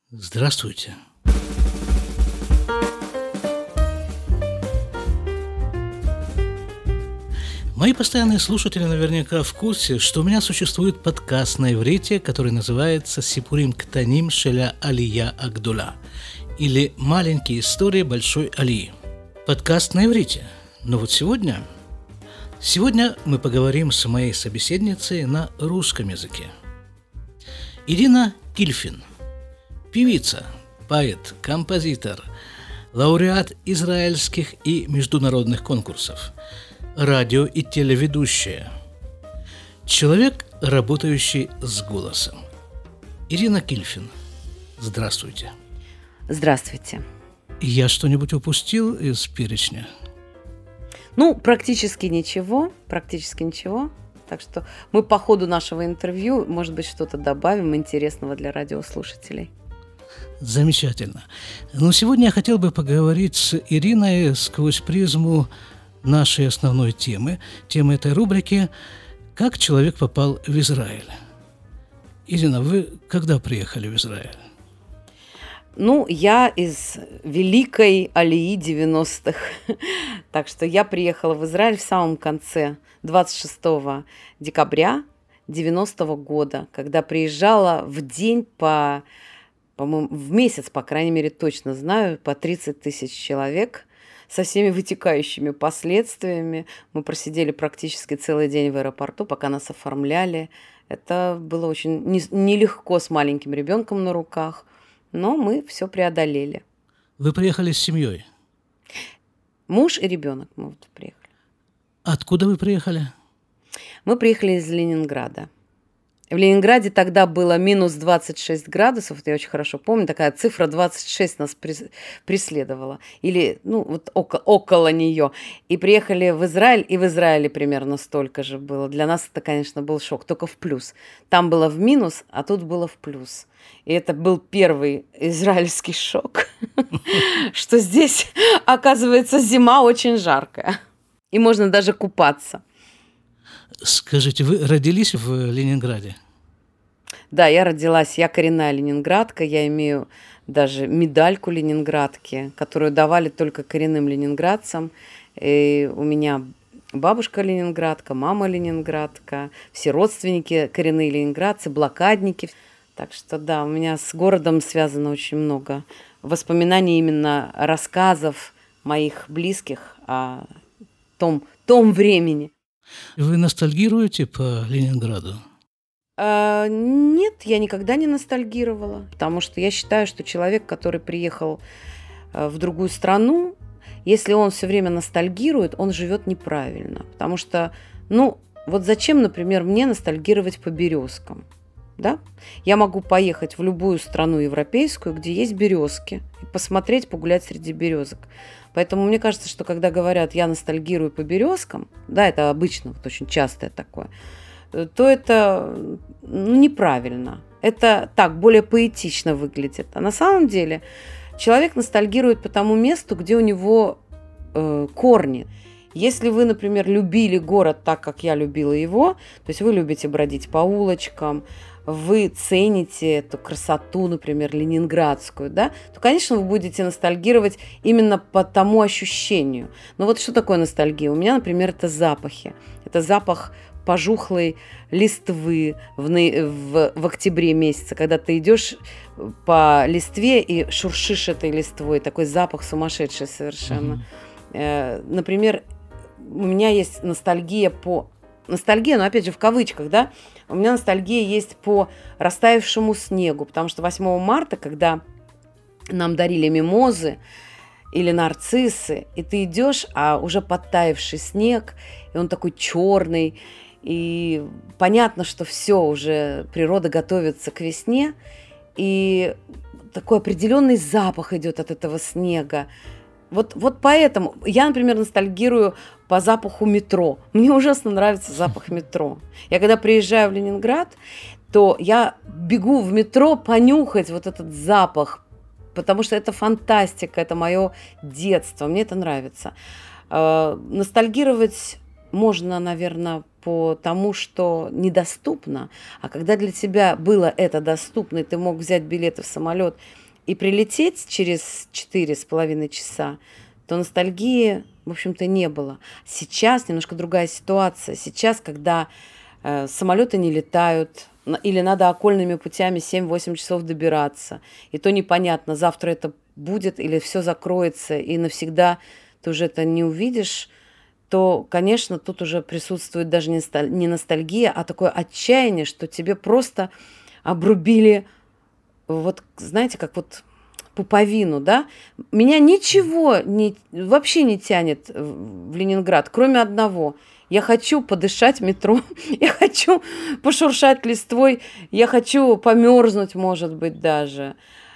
Здравствуйте. Мои постоянные слушатели наверняка в курсе, что у меня существует подкаст на иврите, который называется «Сипурим ктаним шеля алия агдула» или «Маленькие истории большой алии». Подкаст на иврите. Но вот сегодня мы поговорим с моей собеседницей на русском языке. Ирина Кильфин. Певица, поэт, композитор, лауреат израильских и международных конкурсов, радио- и телеведущая, человек, работающий с голосом. Ирина Кильфин, здравствуйте. Здравствуйте. Я что-нибудь упустил из перечня? Практически ничего. Так что мы по ходу нашего интервью, может быть, что-то добавим интересного для радиослушателей. Замечательно. Но сегодня я хотел бы поговорить с Ириной сквозь призму нашей основной темы этой рубрики «Как человек попал в Израиль». Ирина, вы когда приехали в Израиль? Я из великой алии 90-х. Так что я приехала в Израиль в самом конце 26 декабря 90-го года, когда приезжала в день по-моему, в месяц, по крайней мере, точно знаю, по 30 тысяч человек со всеми вытекающими последствиями. Мы просидели практически целый день в аэропорту, пока нас оформляли. Это было очень нелегко с маленьким ребенком на руках, но мы все преодолели. Вы приехали с семьей? Муж и ребенок мы приехали. Откуда вы приехали? Мы приехали из Ленинграда. В Ленинграде тогда было минус 26 градусов, это я очень хорошо помню, такая цифра 26 нас преследовала, или около нее. И приехали в Израиль, и в Израиле примерно столько же было. Для нас это, конечно, был шок, только в плюс. Там было в минус, а тут было в плюс. И это был первый израильский шок, что здесь, оказывается, зима очень жаркая, и можно даже купаться. Скажите, вы родились в Ленинграде? Да, я коренная ленинградка, я имею даже медальку ленинградки, которую давали только коренным ленинградцам. И у меня бабушка ленинградка, мама ленинградка, все родственники коренные ленинградцы, блокадники. Так что да, у меня с городом связано очень много воспоминаний, именно рассказов моих близких о том времени. Вы ностальгируете по Ленинграду? Нет, я никогда не ностальгировала, потому что я считаю, что человек, который приехал в другую страну, если он все время ностальгирует, он живет неправильно. Потому что, зачем, например, мне ностальгировать по березкам? Да? Я могу поехать в любую страну европейскую, где есть березки, и посмотреть, погулять среди березок. Поэтому мне кажется, что когда говорят «я ностальгирую по березкам», да, это обычно, очень частое такое, то это неправильно. Это так, более поэтично выглядит. А на самом деле человек ностальгирует по тому месту, где у него корни. Если вы, например, любили город так, как я любила его, то есть вы любите бродить по улочкам, вы цените эту красоту, например, ленинградскую, да, то, конечно, вы будете ностальгировать именно по тому ощущению. Но вот что такое ностальгия? У меня, например, это запахи. Это запах пожухлой листвы в октябре месяце, когда ты идешь по листве и шуршишь этой листвой. Такой запах сумасшедший совершенно. Например, у меня есть ностальгия, но опять же в кавычках, да, у меня ностальгия есть по растаявшему снегу, потому что 8 марта, когда нам дарили мимозы или нарциссы, и ты идешь, а уже подтаявший снег, и он такой черный, и понятно, что все, уже природа готовится к весне, и такой определенный запах идет от этого снега. Вот поэтому я, например, ностальгирую по запаху метро. Мне ужасно нравится запах метро. Я когда приезжаю в Ленинград, то я бегу в метро понюхать вот этот запах, потому что это фантастика, это мое детство, мне это нравится. Ностальгировать можно, наверное, потому что недоступно. А когда для тебя было это доступно, и ты мог взять билеты в самолет и прилететь через 4,5 часа, то ностальгии, в общем-то, не было. Сейчас немножко другая ситуация. Сейчас, когда самолеты не летают, или надо окольными путями 7-8 часов добираться, и то непонятно, завтра это будет или все закроется, и навсегда ты уже это не увидишь, то, конечно, тут уже присутствует даже не ностальгия, а такое отчаяние, что тебе просто обрубили, вот, знаете, как вот пуповину, да? Меня ничего вообще не тянет в Ленинград, кроме одного. Я хочу подышать метро, я хочу пошуршать листвой, я хочу померзнуть, может быть, даже,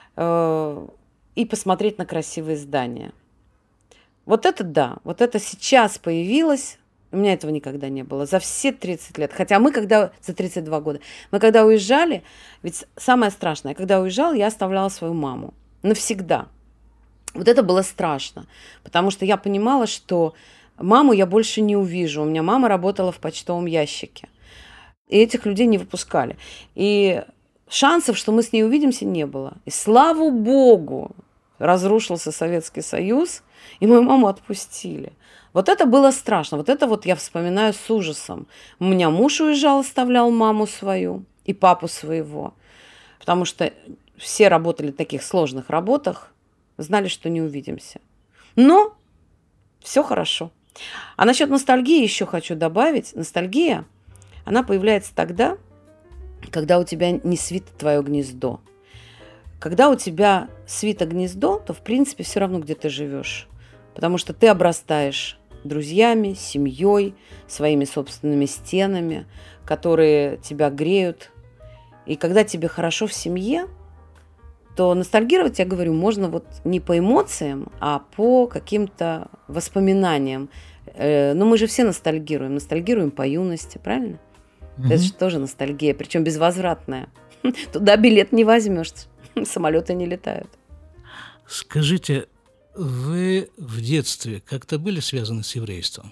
и посмотреть на красивые здания. Вот это да, вот это сейчас появилось. У меня этого никогда не было за все 30 лет. Хотя за 32 года, мы когда уезжали, ведь самое страшное, когда уезжал, я оставляла свою маму навсегда. Вот это было страшно, потому что я понимала, что маму я больше не увижу. У меня мама работала в почтовом ящике. И этих людей не выпускали. И шансов, что мы с ней увидимся, не было. И слава богу, разрушился Советский Союз, и мою маму отпустили. Вот это было страшно. Вот это вот я вспоминаю с ужасом. У меня муж уезжал, оставлял маму свою и папу своего. Потому что все работали в таких сложных работах, знали, что не увидимся. Но все хорошо. А насчет ностальгии еще хочу добавить. Ностальгия, она появляется тогда, когда у тебя не свито твое гнездо. Когда у тебя свито гнездо, то, в принципе, все равно, где ты живешь. Потому что ты обрастаешь друзьями, семьей, своими собственными стенами, которые тебя греют. И когда тебе хорошо в семье, то ностальгировать, я говорю, можно вот не по эмоциям, а по каким-то воспоминаниям. Но мы же все ностальгируем по юности, правильно? Угу. Это же тоже ностальгия, причем безвозвратная. Туда билет не возьмешь, самолеты не летают. Скажите, вы в детстве как-то были связаны с еврейством?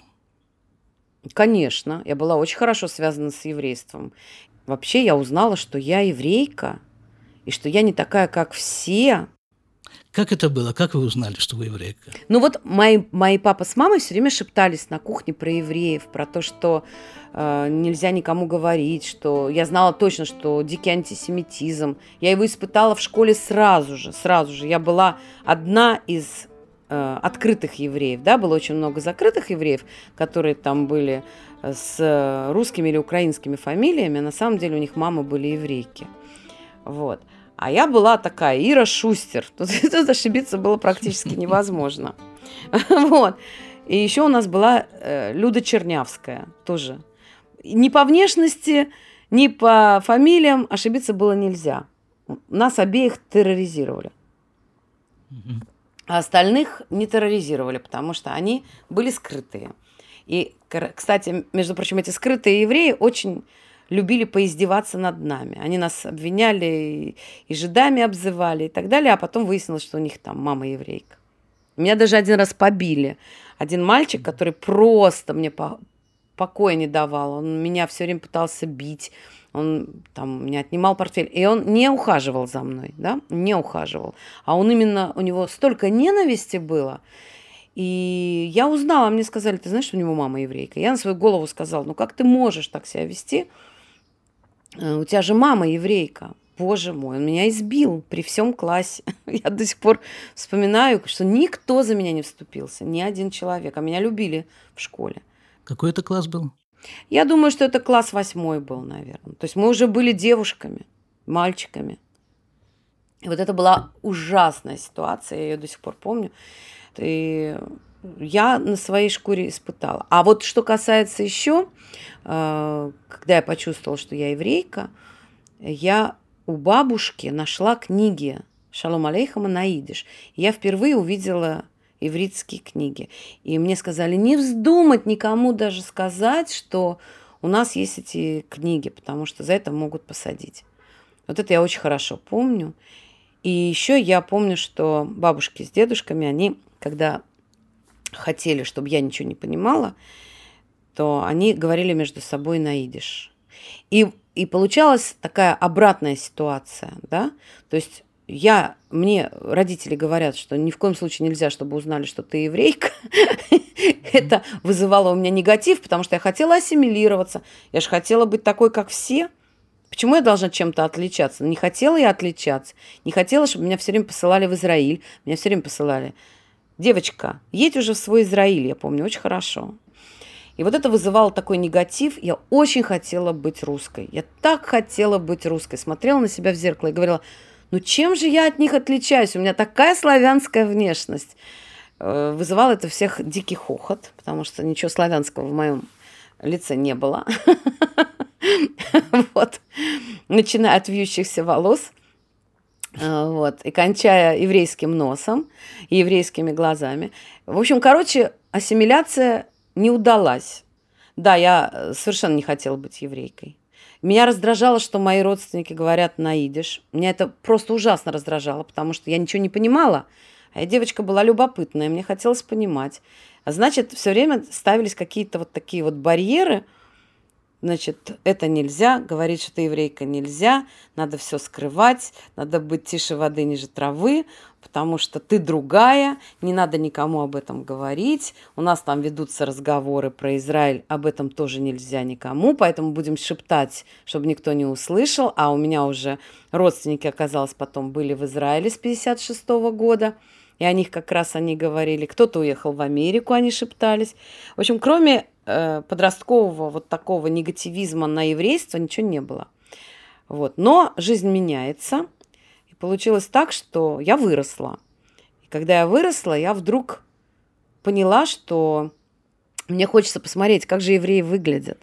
Конечно, я была очень хорошо связана с еврейством. Вообще я узнала, что я еврейка, и что я не такая, как все. Как это было? Как вы узнали, что вы еврейка? Ну вот мои папа с мамой все время шептались на кухне про евреев, про то, что нельзя никому говорить, что я знала точно, что дикий антисемитизм. Я его испытала в школе сразу же. Я была одна из открытых евреев, да, было очень много закрытых евреев, которые там были с русскими или украинскими фамилиями, а на самом деле у них мамы были еврейки. Вот. А я была такая Ира Шустер. Тут ошибиться было практически невозможно. Вот. И еще у нас была Люда Чернявская тоже. Ни по внешности, ни по фамилиям ошибиться было нельзя. Нас обеих терроризировали. А остальных не терроризировали, потому что они были скрытые. И, кстати, между прочим, эти скрытые евреи очень любили поиздеваться над нами. Они нас обвиняли и жидами обзывали и так далее, а потом выяснилось, что у них там мама еврейка. Меня даже один раз побили. Один мальчик, который просто мне покоя не давал. Он меня все время пытался бить. Он там меня отнимал портфель. И он не ухаживал за мной, да? Не ухаживал. А он именно, у него столько ненависти было. И я узнала, мне сказали, ты знаешь, что у него мама еврейка? Я на свою голову сказала, ну как ты можешь так себя вести? У тебя же мама еврейка. Боже мой, он меня избил при всем классе. Я до сих пор вспоминаю, что никто за меня не вступился, ни один человек. А меня любили в школе. Какой это класс был? Я думаю, что это класс 8 был, наверное. То есть мы уже были девушками, мальчиками. И вот это была ужасная ситуация, я ее до сих пор помню. И я на своей шкуре испытала. А вот что касается еще, когда я почувствовала, что я еврейка, я у бабушки нашла книги «Шалом алейхема» на идиш. Я впервые увидела ивритские книги. И мне сказали, не вздумать никому даже сказать, что у нас есть эти книги, потому что за это могут посадить. Вот это я очень хорошо помню. И еще я помню, что бабушки с дедушками, они, когда хотели, чтобы я ничего не понимала, то они говорили между собой на идиш. И получалась такая обратная ситуация, да, то есть мне родители говорят, что ни в коем случае нельзя, чтобы узнали, что ты еврейка. Это вызывало у меня негатив, потому что я хотела ассимилироваться, я же хотела быть такой, как все. Почему я должна чем-то отличаться? Не хотела я отличаться, не хотела, чтобы меня все время посылали в Израиль, меня все время посылали. Девочка, едь уже в свой Израиль, я помню, очень хорошо. И вот это вызывало такой негатив. Я очень хотела быть русской. Я так хотела быть русской. Смотрела на себя в зеркало и говорила, ну чем же я от них отличаюсь? У меня такая славянская внешность. Вызывало это всех дикий хохот, потому что ничего славянского в моем лице не было. Вот. Начиная от вьющихся волос, вот, и кончая еврейским носом и еврейскими глазами. В общем, ассимиляция не удалась. Да, я совершенно не хотела быть еврейкой. Меня раздражало, что мои родственники говорят на идиш. Меня это просто ужасно раздражало, потому что я ничего не понимала. А я девочка была любопытная, мне хотелось понимать. А значит, все время ставились какие-то вот такие вот барьеры. Значит, это нельзя, говорить, что ты еврейка, нельзя, надо все скрывать, надо быть тише воды, ниже травы, потому что ты другая, не надо никому об этом говорить. У нас там ведутся разговоры про Израиль, об этом тоже нельзя никому, поэтому будем шептать, чтобы никто не услышал. А у меня уже родственники, оказалось, потом были в Израиле с 1956 года, и о них как раз они говорили. Кто-то уехал в Америку, они шептались. В общем, кроме подросткового вот такого негативизма на еврейство ничего не было. Вот. Но жизнь меняется. И получилось так, что я выросла. И когда я выросла, я вдруг поняла, что мне хочется посмотреть, как же евреи выглядят.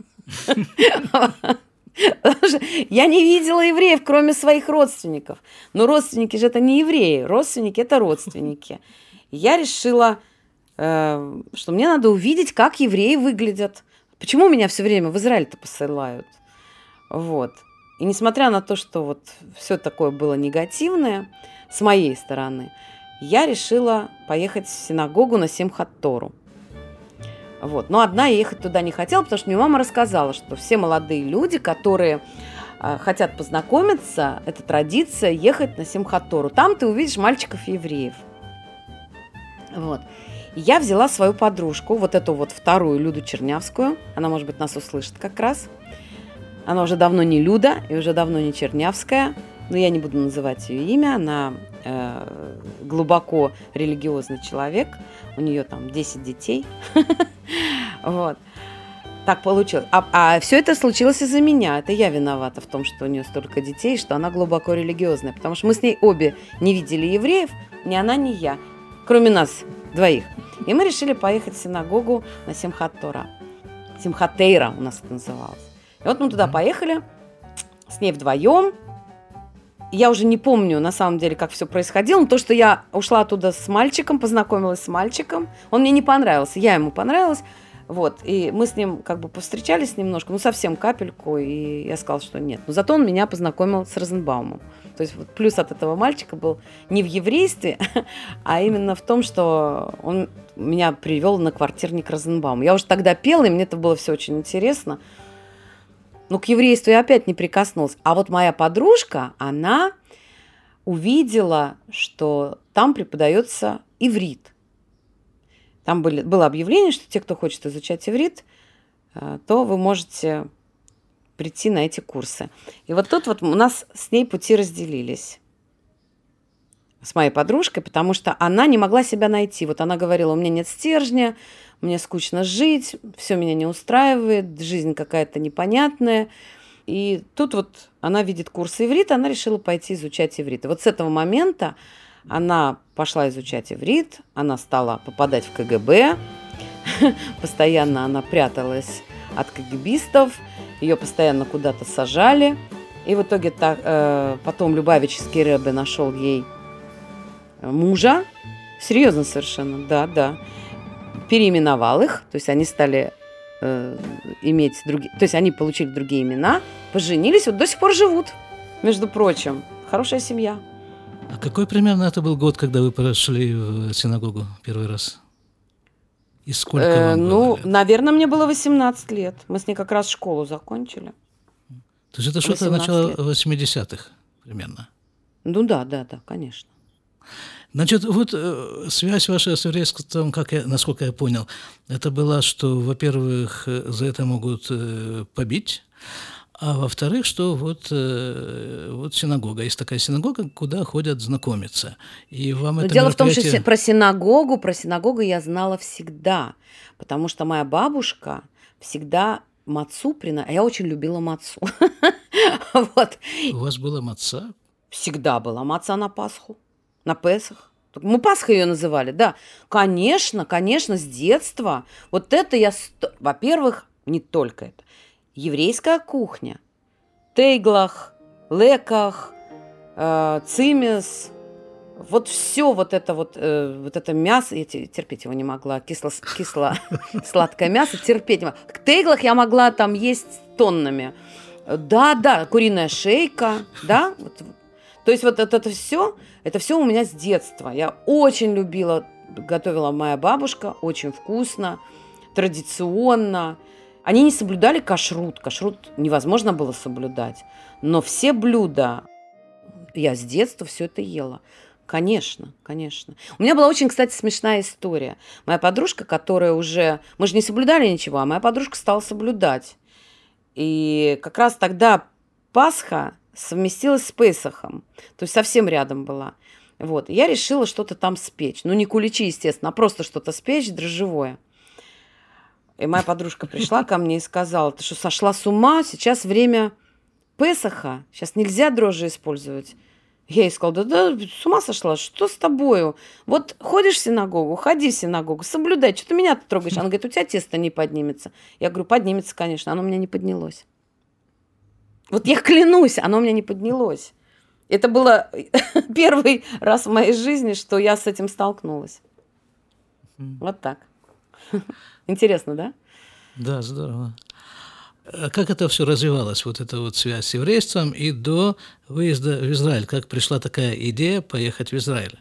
Я не видела евреев, кроме своих родственников. Но родственники же это не евреи. Родственники – это родственники. И я решила, что мне надо увидеть, как евреи выглядят. Почему меня все время в Израиль-то посылают? Вот. И несмотря на то, что вот все такое было негативное с моей стороны, я решила поехать в синагогу на Симхат Тору. Вот. Но одна я ехать туда не хотела, потому что мне мама рассказала, что все молодые люди, которые хотят познакомиться, это традиция ехать на Симхат Тору. Там ты увидишь мальчиков и евреев. Вот. И я взяла свою подружку, вот эту вот вторую Люду Чернявскую. Она, может быть, нас услышит как раз. Она уже давно не Люда и уже давно не Чернявская. Но я не буду называть ее имя. Она глубоко религиозный человек. У нее там 10 детей. Вот. Так получилось. А все это случилось из-за меня. Это я виновата в том, что у нее столько детей, что она глубоко религиозная. Потому что мы с ней обе не видели евреев, ни она, ни я. Кроме нас двоих. И мы решили поехать в синагогу на Симхат Тора. Симхат Тейра у нас это называлось. И вот мы туда поехали с ней вдвоем. Я уже не помню, на самом деле, как все происходило, но то, что я ушла оттуда с мальчиком, познакомилась с мальчиком, он мне не понравился, я ему понравилась, вот, и мы с ним как бы повстречались немножко, ну, совсем капельку, и я сказала, что нет. Но зато он меня познакомил с Розенбаумом. То есть вот плюс от этого мальчика был не в еврействе, а именно в том, что он меня привел на квартирник Розенбаума. Я уже тогда пела, и мне это было все очень интересно. Но к еврейству я опять не прикоснулась. А вот моя подружка, она увидела, что там преподается иврит. Там было объявление, что те, кто хочет изучать иврит, то вы можете прийти на эти курсы. И вот тут вот у нас с ней пути разделились. С моей подружкой, потому что она не могла себя найти. Вот она говорила, у меня нет стержня, мне скучно жить, все меня не устраивает, жизнь какая-то непонятная. И тут вот она видит курсы иврита, она решила пойти изучать иврит. И вот с этого момента она пошла изучать иврит, она стала попадать в КГБ, постоянно она пряталась от КГБистов, ее постоянно куда-то сажали. И в итоге потом Любавический ребе нашел ей мужа, серьезно совершенно, да, переименовал их, то есть они стали иметь другие, то есть они получили другие имена, поженились, вот до сих пор живут, между прочим, хорошая семья. А какой примерно это был год, когда вы пошли в синагогу первый раз? И сколько вам было лет? Наверное, мне было 18 лет. Мы с ней как раз школу закончили. То есть это что-то начало 80-х примерно? Ну да, конечно. Значит, вот связь ваша с еврейством, насколько я понял, это была, что, во-первых, за это могут побить, а во-вторых, что вот синагога. Есть такая синагога, куда ходят знакомиться. И вам это дело в том, что про синагогу я знала всегда, потому что моя бабушка всегда мацу приносила, а я очень любила мацу. Вот. У вас была маца? Всегда была маца на Пасху, на Песах. Мы Пасхой ее называли, да. Конечно, с детства. Вот это во-первых, не только это. Еврейская кухня. Тейглах, леках, цимес. Вот все вот это мясо, я терпеть его не могла, кисло-сладкое мясо терпеть не могла. К тейглах я могла там есть тоннами. Да, куриная шейка, да. То есть вот это все у меня с детства. Я очень любила, готовила моя бабушка, очень вкусно, традиционно. Они не соблюдали кашрут. Кашрут невозможно было соблюдать. Но все блюда, я с детства все это ела. Конечно. У меня была очень, кстати, смешная история. Моя подружка, которая уже... Мы же не соблюдали ничего, а моя подружка стала соблюдать. И как раз тогда Пасха совместилась с Песахом. То есть совсем рядом была. Вот. И я решила что-то там спечь. Ну, не куличи, естественно, а просто что-то спечь дрожжевое. И моя подружка пришла ко мне и сказала: ты что, сошла с ума? Сейчас время Песаха. Сейчас нельзя дрожжи использовать. Я ей сказала: да, с ума сошла, что с тобою? Вот ходишь в синагогу, ходи в синагогу, соблюдай, что ты меня трогаешь? Она говорит: у тебя тесто не поднимется. Я говорю: поднимется, конечно, оно у меня не поднялось. Вот я клянусь, оно у меня не поднялось. Это было первый раз в моей жизни, что я с этим столкнулась. Вот так. Интересно, да? Да, здорово. А как это все развивалось, вот эта вот связь с еврейством, и до выезда в Израиль? Как пришла такая идея поехать в Израиль?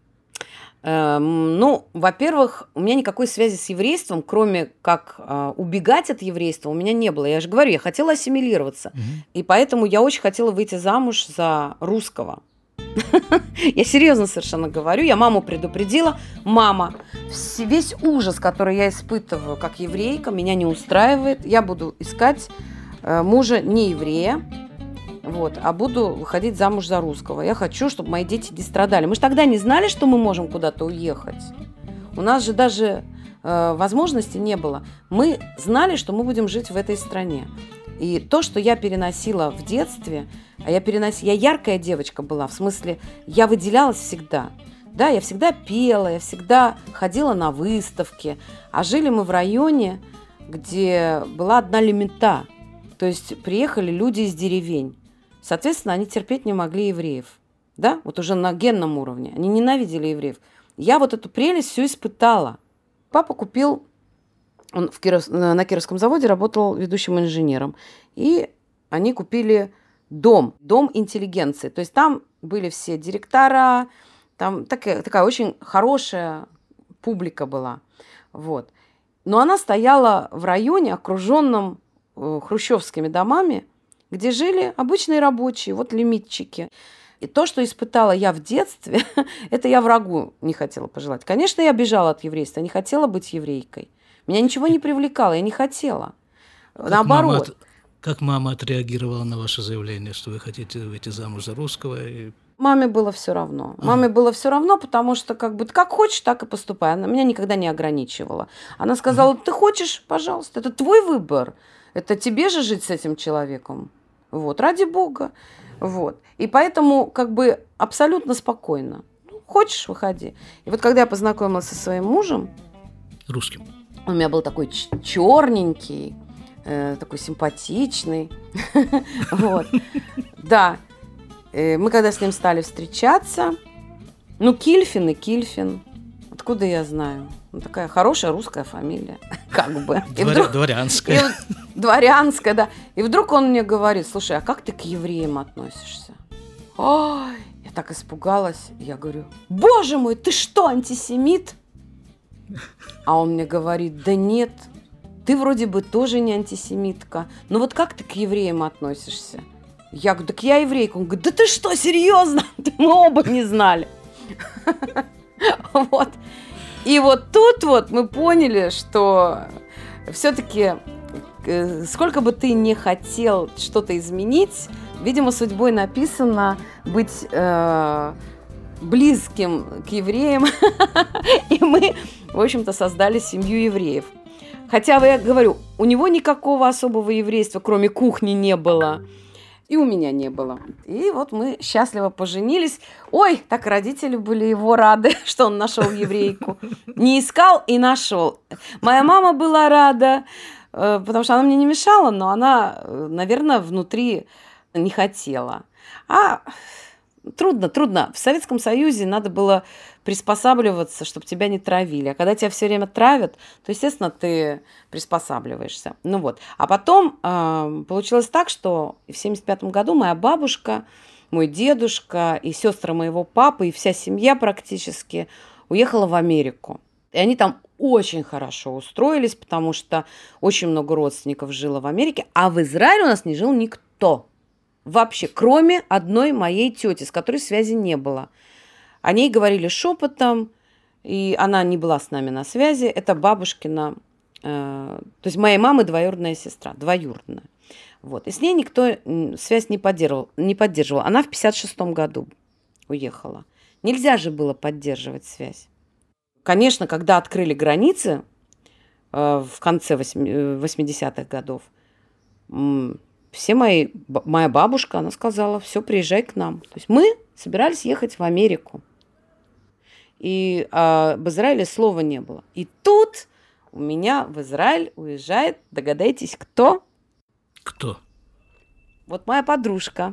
Во-первых, у меня никакой связи с еврейством, кроме как убегать от еврейства, у меня не было. Я же говорю, я хотела ассимилироваться. И поэтому я очень хотела выйти замуж за русского. Я серьезно совершенно говорю. Я маму предупредила. Мама, весь ужас, который я испытываю как еврейка, меня не устраивает. Я буду искать мужа не еврея, а буду выходить замуж за русского. Я хочу, чтобы мои дети не страдали. Мы же тогда не знали, что мы можем куда-то уехать. У нас же даже возможности не было. Мы знали, что мы будем жить в этой стране. И то, что я переносила в детстве, я яркая девочка была, в смысле, я выделялась всегда. Да, я всегда пела, я всегда ходила на выставки. А жили мы в районе, где была одна лимита. То есть приехали люди из деревень. Соответственно, они терпеть не могли евреев. Да, вот уже на генном уровне. Они ненавидели евреев. Я вот эту прелесть всю испытала. Папа купил... Он на Кировском заводе работал ведущим инженером. И они купили дом интеллигенции. То есть там были все директора, там такая очень хорошая публика была. Вот. Но она стояла в районе, окруженном хрущевскими домами, где жили обычные рабочие, вот лимитчики. И то, что испытала я в детстве, это я врагу не хотела пожелать. Конечно, я бежала от еврейства, не хотела быть еврейкой. Меня ничего не привлекало, я не хотела. Наоборот. Как мама отреагировала на ваше заявление, что вы хотите выйти замуж за русского? Маме было все равно. Маме было все равно, потому что как хочешь, так и поступай. Она меня никогда не ограничивала. Она сказала: ты хочешь, пожалуйста, это твой выбор. Это тебе же жить с этим человеком. Вот, ради Бога. Вот. И поэтому абсолютно спокойно. Хочешь, выходи. И вот когда я познакомилась со своим мужем... Русским. Он у меня был такой черненький, такой симпатичный. Вот. Да. Мы когда с ним стали встречаться, Кильфин и Кильфин. Откуда я знаю? Такая хорошая русская фамилия. Дворянская. Дворянская, да. И вдруг он мне говорит: слушай, а как ты к евреям относишься? Ой, я так испугалась. Я говорю: боже мой, ты что, антисемит? А он мне говорит: да нет, ты вроде бы тоже не антисемитка. Ну вот как ты к евреям относишься? Я говорю: так я еврейка. Он говорит: да ты что, серьезно? Мы оба не знали. Вот. И вот тут вот мы поняли, что все-таки сколько бы ты ни хотел что-то изменить, видимо, судьбой написано быть близким к евреям. И мы, в общем-то, создали семью евреев. Хотя, я говорю, у него никакого особого еврейства, кроме кухни, не было. И у меня не было. И вот мы счастливо поженились. Ой, так родители были его рады, что он нашел еврейку. Не искал и нашел. Моя мама была рада, потому что она мне не мешала, но она, наверное, внутри не хотела. Трудно. В Советском Союзе надо было приспосабливаться, чтобы тебя не травили. А когда тебя все время травят, то, естественно, ты приспосабливаешься. Ну вот. А потом получилось так, что в 1975 году моя бабушка, мой дедушка и сестры моего папы, и вся семья практически уехала в Америку. И они там очень хорошо устроились, потому что очень много родственников жило в Америке, а в Израиле у нас не жил никто. Вообще, кроме одной моей тети, с которой связи не было. О ней говорили шепотом, и она не была с нами на связи. Это бабушкина, то есть моей мамы двоюродная сестра, двоюродная. Вот. И с ней никто связь не поддерживал. Она в 1956 году уехала. Нельзя же было поддерживать связь. Конечно, когда открыли границы в конце 80-х годов, моя бабушка, она сказала: все, приезжай к нам. То есть мы собирались ехать в Америку. И об Израиле слова не было. И тут у меня в Израиль уезжает, догадайтесь, кто? Кто? Вот моя подружка,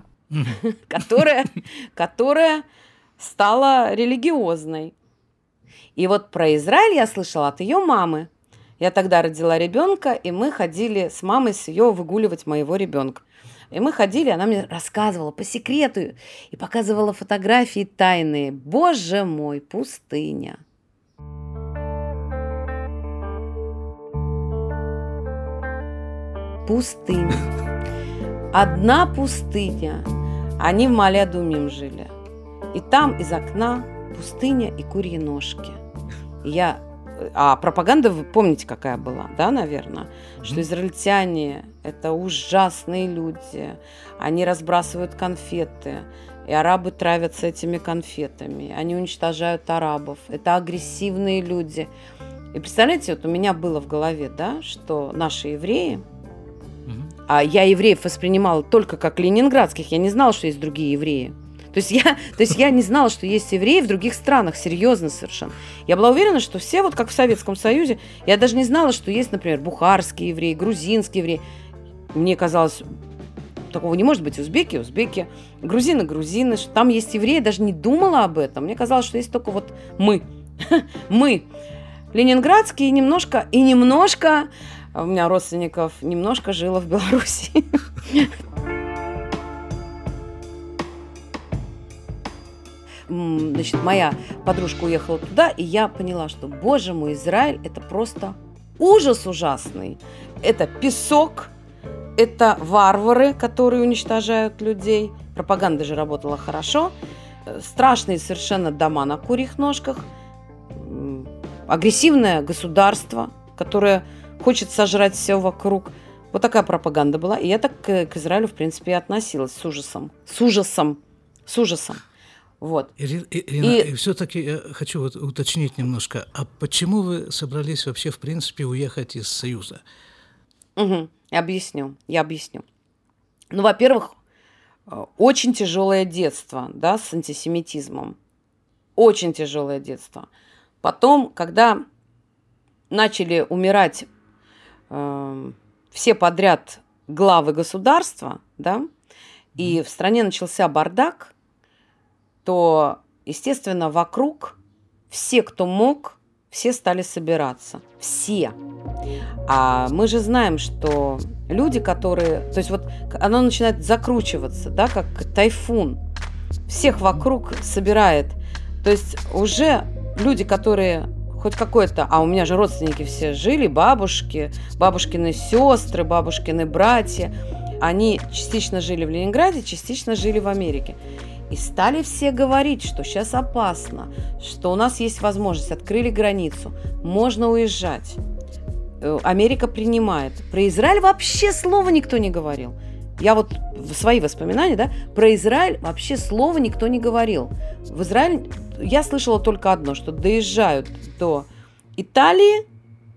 которая стала религиозной. И вот про Израиль я слышала от ее мамы. Я тогда родила ребенка, и мы ходили с мамой с ее выгуливать моего ребенка. И мы ходили, она мне рассказывала по секрету и показывала фотографии тайные. Боже мой, пустыня. Пустыня. Одна пустыня. Они в Маале-Адумим жили. И там из окна пустыня и курьи ножки. А пропаганда, вы помните, какая была, да, наверное? Что израильтяне – это ужасные люди. Они разбрасывают конфеты, и арабы травятся этими конфетами. Они уничтожают арабов. Это агрессивные люди. И представляете, вот у меня было в голове, да, что наши евреи, а я евреев воспринимала только как ленинградских, я не знала, что есть другие евреи. То есть я не знала, что есть евреи в других странах, серьезно совершенно. Я была уверена, что все вот как в Советском Союзе. Я даже не знала, что есть, например, бухарские евреи, грузинские евреи. Мне казалось, такого не может быть. Узбеки, грузины, что там есть евреи. Я даже не думала об этом. Мне казалось, что есть только вот мы. Мы. Ленинградские немножко, у меня родственников немножко жило в Беларуси. Значит, моя подружка уехала туда, и я поняла, что, боже мой, Израиль – это просто ужас ужасный. Это песок, это варвары, которые уничтожают людей. Пропаганда же работала хорошо. Страшные совершенно дома на курьих ножках. Агрессивное государство, которое хочет сожрать все вокруг. Вот такая пропаганда была. И я так к Израилю, в принципе, и относилась с ужасом. Вот. Ирина, и все-таки я хочу вот уточнить немножко. А почему вы собрались вообще, в принципе, уехать из Союза? Я объясню. Ну, во-первых, очень тяжелое детство, да, с антисемитизмом. Очень тяжелое детство. Потом, когда начали умирать все подряд главы государства, да, и в стране начался бардак, то, естественно, вокруг все, кто мог, все стали собираться. Все. А мы же знаем, что люди, которые... То есть вот оно начинает закручиваться, да, как тайфун. Всех вокруг собирает. То есть уже люди, которые хоть какой-то... А у меня же родственники все жили, бабушки, бабушкины сестры, бабушкины братья. Они частично жили в Ленинграде, частично жили в Америке. И стали все говорить, что сейчас опасно, что у нас есть возможность, открыли границу, можно уезжать. Америка принимает. Про Израиль вообще слова никто не говорил. Я вот в свои воспоминания, да, про Израиль вообще слова никто не говорил. В Израиль я слышала только одно, что доезжают до Италии,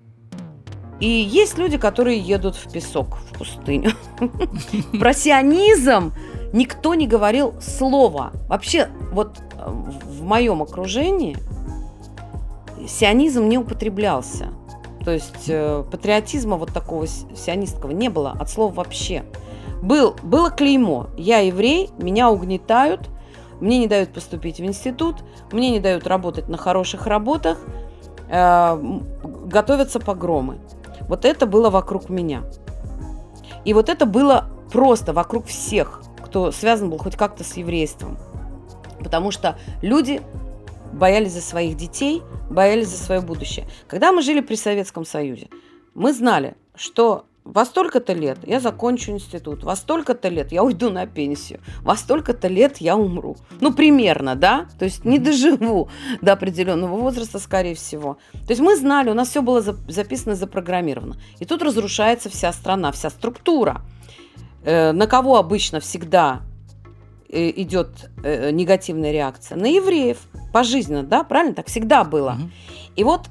и есть люди, которые едут в песок, в пустыню. Про сионизм никто не говорил слова. Вообще, вот в моем окружении сионизм не употреблялся. То есть патриотизма вот такого сионистского не было от слова вообще. Было клеймо. Я еврей, меня угнетают, мне не дают поступить в институт, мне не дают работать на хороших работах, готовятся погромы. Вот это было вокруг меня. И вот это было просто вокруг всех, кто связан был хоть как-то с еврейством. Потому что люди боялись за своих детей, боялись за свое будущее. Когда мы жили при Советском Союзе, мы знали, что во столько-то лет я закончу институт, во столько-то лет я уйду на пенсию, во столько-то лет я умру. Ну, примерно, да? То есть не доживу до определенного возраста, скорее всего. То есть мы знали, у нас все было записано, запрограммировано. И тут разрушается вся страна, вся структура. На кого обычно всегда идет негативная реакция? На евреев. Пожизненно, да? Правильно? Так всегда было. И вот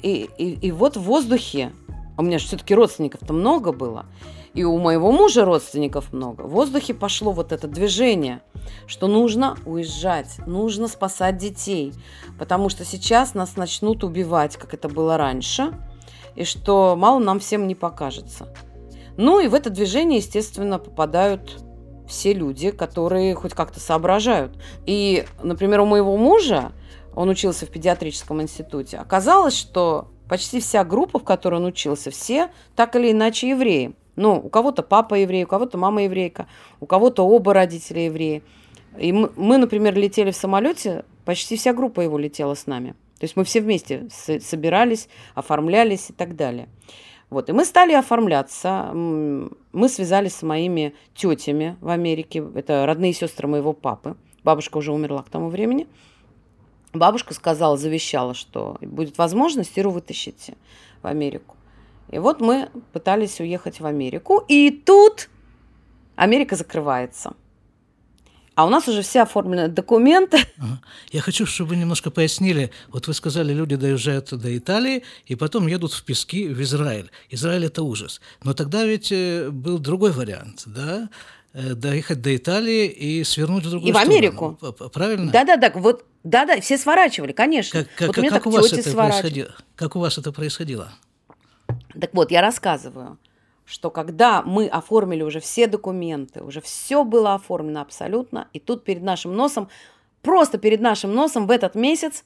в воздухе, у меня же все-таки родственников-то много было, и у моего мужа родственников много, в воздухе пошло вот это движение, что нужно уезжать, нужно спасать детей, потому что сейчас нас начнут убивать, как это было раньше, и что мало нам всем не покажется. Ну и в это движение, естественно, попадают все люди, которые хоть как-то соображают. И, например, у моего мужа, он учился в педиатрическом институте, оказалось, что почти вся группа, в которой он учился, все так или иначе евреи. Ну, у кого-то папа еврей, у кого-то мама еврейка, у кого-то оба родителя евреи. И мы, например, летели в самолете, почти вся группа его летела с нами. То есть мы все вместе собирались, оформлялись и так далее. Вот. И мы стали оформляться. Мы связались с моими тетями в Америке. Это родные сестры моего папы. Бабушка уже умерла к тому времени. Бабушка сказала, завещала, что будет возможность, Иру вытащите в Америку. И вот мы пытались уехать в Америку. И тут Америка закрывается. А у нас уже все оформлены документы. Я хочу, чтобы вы немножко пояснили. Вот вы сказали, люди доезжают до Италии и потом едут в пески в Израиль. Израиль – это ужас. Но тогда ведь был другой вариант, да? Доехать до Италии и свернуть в другую сторону. И в Америку. Правильно? Да-да-да, вот, да-да, все сворачивали, конечно. Вот у меня как так у вас тети это сворачивали. происходило? Как у вас это происходило? Так вот, я рассказываю, что когда мы оформили уже все документы, уже все было оформлено абсолютно, и тут перед нашим носом, просто перед нашим носом в этот месяц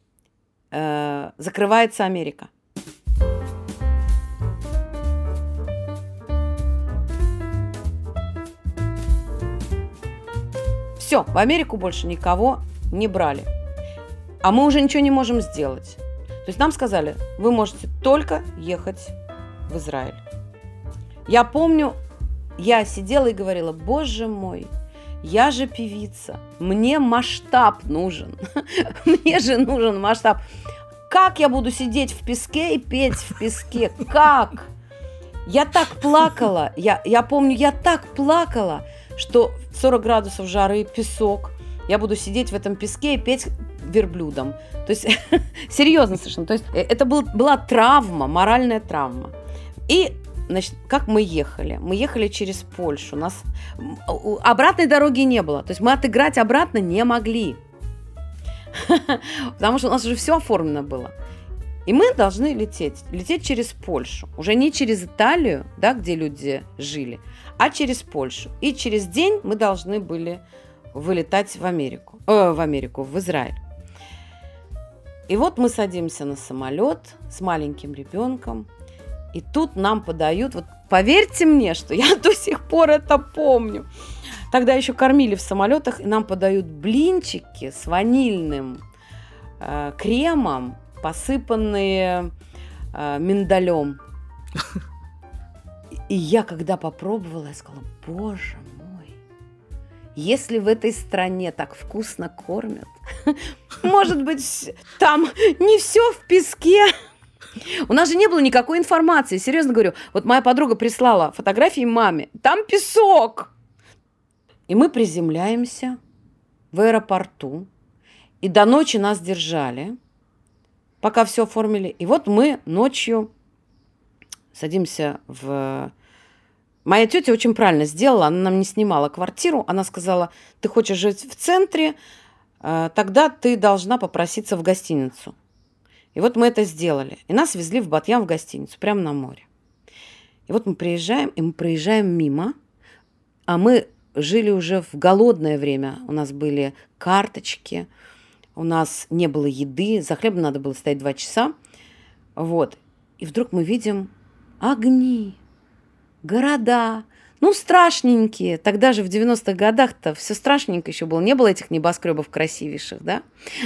закрывается Америка. Все, в Америку больше никого не брали. А мы уже ничего не можем сделать. То есть нам сказали, вы можете только ехать в Израиль. Я помню, я сидела и говорила, боже мой, я же певица, мне масштаб нужен, мне же нужен масштаб. Как я буду сидеть в песке и петь в песке? Как? Я так плакала, я помню, я так плакала, что 40 градусов жары, песок, я буду сидеть в этом песке и петь верблюдом. То есть, серьезно совершенно, то есть это была травма, моральная травма. И значит, как мы ехали? Мы ехали через Польшу. У нас обратной дороги не было. То есть мы отыграть обратно не могли. Потому что у нас уже все оформлено было. И мы должны лететь через Польшу. Уже не через Италию, да, где люди жили, а через Польшу. И через день мы должны были вылетать в Израиль. И вот мы садимся на самолет с маленьким ребенком. И тут нам подают, вот поверьте мне, что я до сих пор это помню. Тогда еще кормили в самолетах, и нам подают блинчики с ванильным кремом посыпанные миндалем. И я, когда попробовала, я сказала: боже мой, если в этой стране так вкусно кормят, может быть, там не все в песке. У нас же не было никакой информации, серьезно говорю. Вот моя подруга прислала фотографии маме, там песок. И мы приземляемся в аэропорту, и до ночи нас держали, пока все оформили. И вот мы ночью садимся в... Моя тетя очень правильно сделала, она нам не снимала квартиру, она сказала: ты хочешь жить в центре, тогда ты должна попроситься в гостиницу. И вот мы это сделали. И нас везли в Батьям в гостиницу, прямо на море. И вот мы приезжаем, и мы проезжаем мимо, а мы жили уже в голодное время. У нас были карточки, у нас не было еды, за хлебом надо было стоять 2 часа. Вот. И вдруг мы видим огни, города, ну, страшненькие. Тогда же в 90-х годах-то все страшненько еще было. Не было этих небоскребов красивейших, да?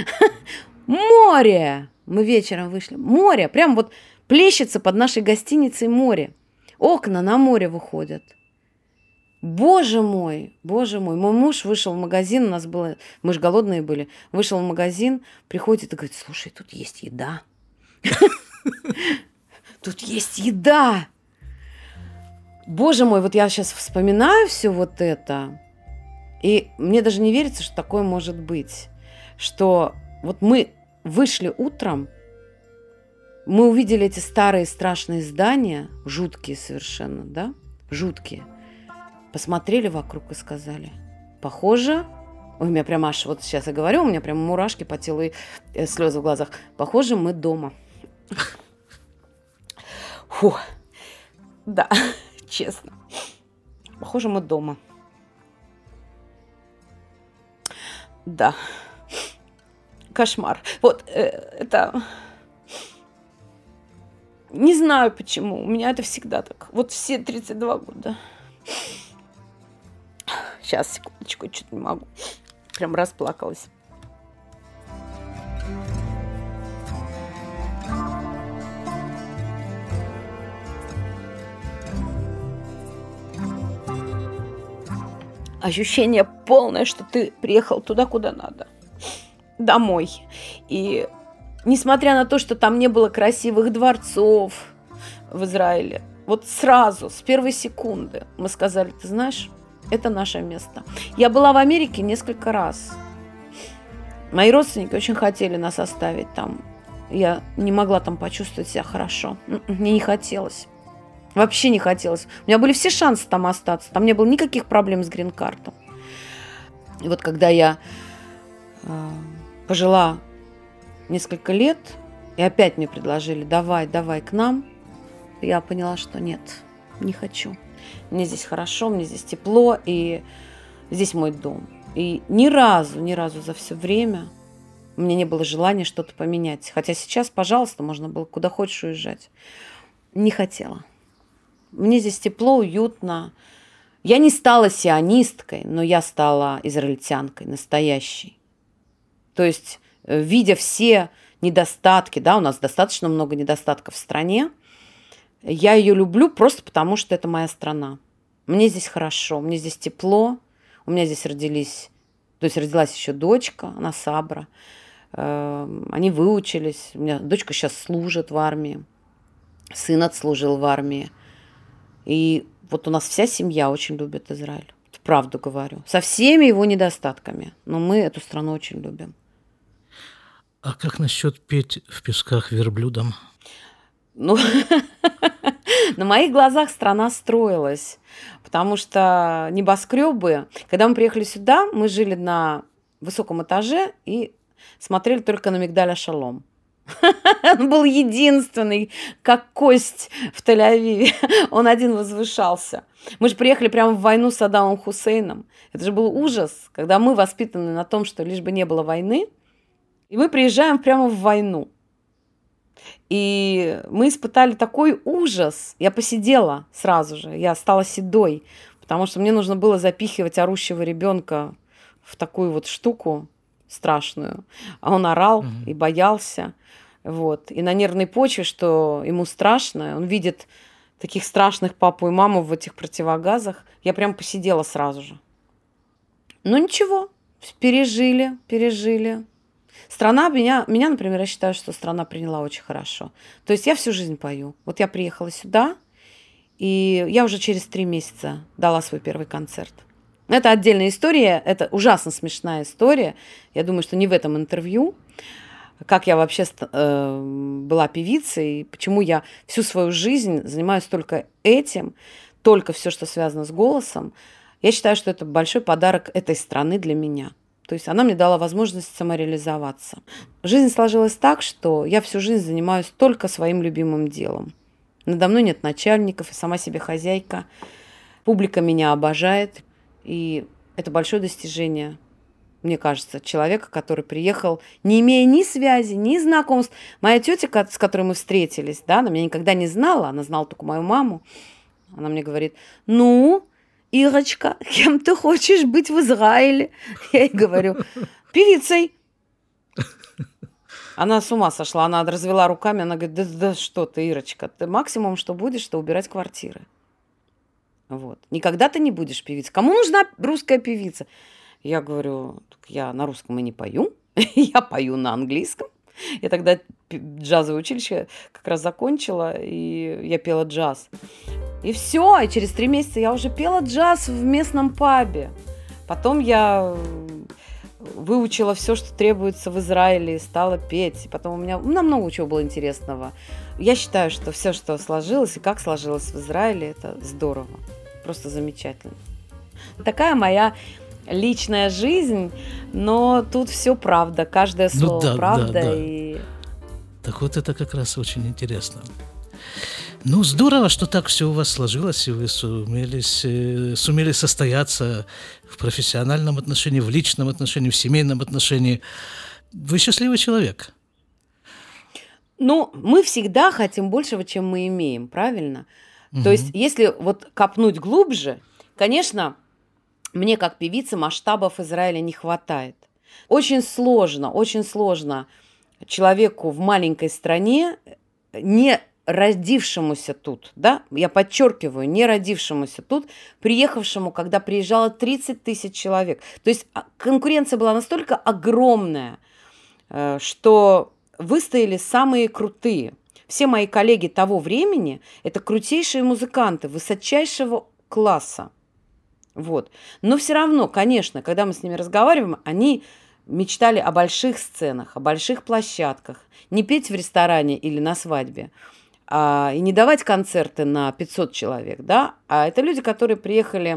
Море! Мы вечером вышли. Море! Прям вот плещется под нашей гостиницей море. Окна на море выходят. Боже мой, боже мой. Мой муж вышел в магазин, у нас было... Мы же голодные были. Вышел в магазин, приходит и говорит: слушай, тут есть еда. Тут есть еда! Боже мой, вот я сейчас вспоминаю все вот это, и мне даже не верится, что такое может быть. Что вот мы вышли утром, мы увидели эти старые страшные здания, жуткие совершенно, да, жуткие. Посмотрели вокруг и сказали: похоже... Ой, у меня прямо аж, вот сейчас я говорю, у меня прямо мурашки по телу и слезы в глазах. Похоже, мы дома. Фу, да, честно. Похоже, мы дома. Да. Кошмар. Вот это... Не знаю почему. У меня это всегда так. Вот все 32 года. Сейчас, секундочку, что-то не могу. Прям расплакалась. Ощущение полное, что ты приехал туда, куда надо. Домой. И несмотря на то, что там не было красивых дворцов в Израиле, вот сразу, с первой секунды мы сказали: ты знаешь, это наше место. Я была в Америке несколько раз. Мои родственники очень хотели нас оставить там. Я не могла там почувствовать себя хорошо. Мне не хотелось. Вообще не хотелось. У меня были все шансы там остаться. Там не было никаких проблем с грин-картом. И вот когда я пожила несколько лет, и опять мне предложили: давай к нам, я поняла, что нет, не хочу. Мне здесь хорошо, мне здесь тепло, и здесь мой дом. И ни разу за все время у меня не было желания что-то поменять. Хотя сейчас, пожалуйста, можно было куда хочешь уезжать. Не хотела. Мне здесь тепло, уютно. Я не стала сионисткой, но я стала израильтянкой настоящей. То есть, видя все недостатки, да, у нас достаточно много недостатков в стране, я ее люблю просто потому, что это моя страна. Мне здесь хорошо, мне здесь тепло, у меня здесь родилась еще дочка, она Сабра. Они выучились, у меня дочка сейчас служит в армии, сын отслужил в армии. И вот у нас вся семья очень любит Израиль, правду говорю, со всеми его недостатками, но мы эту страну очень любим. А как насчет петь в песках верблюдом? Ну, на моих глазах страна строилась, потому что небоскребы, когда мы приехали сюда, мы жили на высоком этаже и смотрели только на Мигдаль ха-Шалом. Он был единственный, как кость в Тель-Авиве. Он один возвышался. Мы же приехали прямо в войну с Саддамом Хусейном. Это же был ужас, когда мы воспитаны на том, что лишь бы не было войны, и мы приезжаем прямо в войну. И мы испытали такой ужас. Я посидела сразу же, я стала седой, потому что мне нужно было запихивать орущего ребенка в такую вот штуку страшную. А он орал и боялся. Вот. И на нервной почве, что ему страшно, он видит таких страшных папу и маму в этих противогазах. Я прям посидела сразу же. Ну ничего, пережили. Страна меня, например, я считаю, что страна приняла очень хорошо. То есть я всю жизнь пою. Вот я приехала сюда, и я уже через 3 месяца дала свой первый концерт. Это отдельная история, это ужасно смешная история. Я думаю, что не в этом интервью. Как я вообще была певицей, почему я всю свою жизнь занимаюсь только этим, только все, что связано с голосом. Я считаю, что это большой подарок этой страны для меня. То есть она мне дала возможность самореализоваться. Жизнь сложилась так, что я всю жизнь занимаюсь только своим любимым делом. Надо мной нет начальников, я сама себе хозяйка. Публика меня обожает. И это большое достижение, мне кажется, человека, который приехал, не имея ни связи, ни знакомств. Моя тетя, с которой мы встретились, да, она меня никогда не знала, она знала только мою маму. Она мне говорит: ну, Ирочка, кем ты хочешь быть в Израиле? Я ей говорю: певицей. Она с ума сошла, она развела руками, она говорит: да что ты, Ирочка, ты максимум, что будешь, что убирать квартиры. Вот. Никогда ты не будешь певицей. Кому нужна русская певица? Я говорю: я на русском и не пою, я пою на английском. Я тогда джазовое училище как раз закончила, и я пела джаз. И все, и через 3 месяца я уже пела джаз в местном пабе. Потом я выучила все, что требуется в Израиле, и стала петь. И потом у меня много чего было интересного. Я считаю, что все, что сложилось и как сложилось в Израиле, это здорово. Просто замечательно. Такая моя личная жизнь, но тут все правда, каждое слово правда. Да. И... Так вот это как раз очень интересно. Ну, здорово, что так все у вас сложилось, и вы сумели состояться в профессиональном отношении, в личном отношении, в семейном отношении. Вы счастливый человек. Ну, мы всегда хотим большего, чем мы имеем, правильно? То есть, если вот копнуть глубже, конечно, мне как певице масштабов Израиля не хватает. Очень сложно человеку в маленькой стране, не родившемуся тут, да, я подчеркиваю, не родившемуся тут, приехавшему, когда приезжало 30 тысяч человек. То есть конкуренция была настолько огромная, что выстояли самые крутые. Все мои коллеги того времени – это крутейшие музыканты высочайшего класса. Вот. Но все равно, конечно, когда мы с ними разговариваем, они мечтали о больших сценах, о больших площадках, не петь в ресторане или на свадьбе, и не давать концерты на 500 человек, да, а это люди, которые приехали,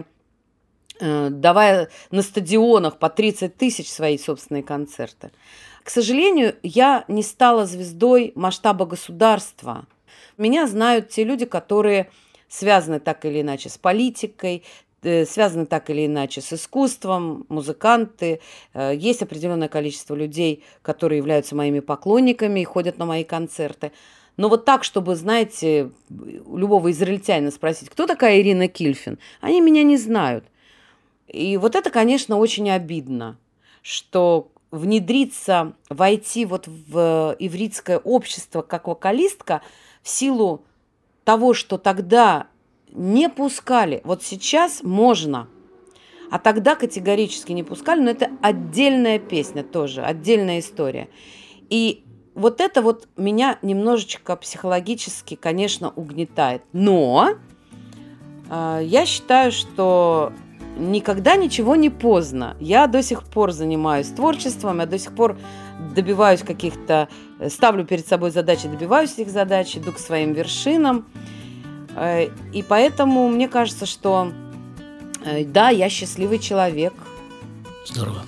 давая на стадионах по 30 тысяч свои собственные концерты. К сожалению, я не стала звездой масштаба государства. Меня знают те люди, которые связаны так или иначе с политикой, связаны так или иначе с искусством, музыканты. Есть определенное количество людей, которые являются моими поклонниками и ходят на мои концерты. Но вот так, чтобы, знаете, у любого израильтянина спросить, кто такая Ирина Кильфин, они меня не знают. И вот это, конечно, очень обидно, что внедриться, войти вот в ивритское общество как вокалистка в силу того, что тогда не пускали. Вот сейчас можно, а тогда категорически не пускали, но это отдельная песня тоже, отдельная история. И вот это вот меня немножечко психологически, конечно, угнетает. Но я считаю, что никогда ничего не поздно. Я до сих пор занимаюсь творчеством, я до сих пор добиваюсь каких-то, ставлю перед собой задачи, добиваюсь этих задач, иду к своим вершинам. И поэтому мне кажется, что да, я счастливый человек. Здорово.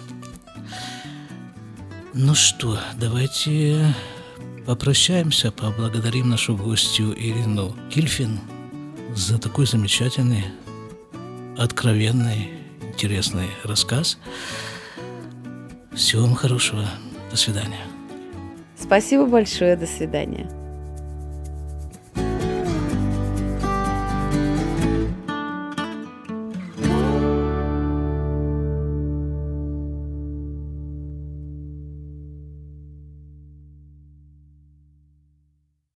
Ну что, давайте попрощаемся, поблагодарим нашу гостью Ирину Кильфин за такой замечательный, откровенный, интересный рассказ. Всего вам хорошего. До свидания. Спасибо большое. До свидания.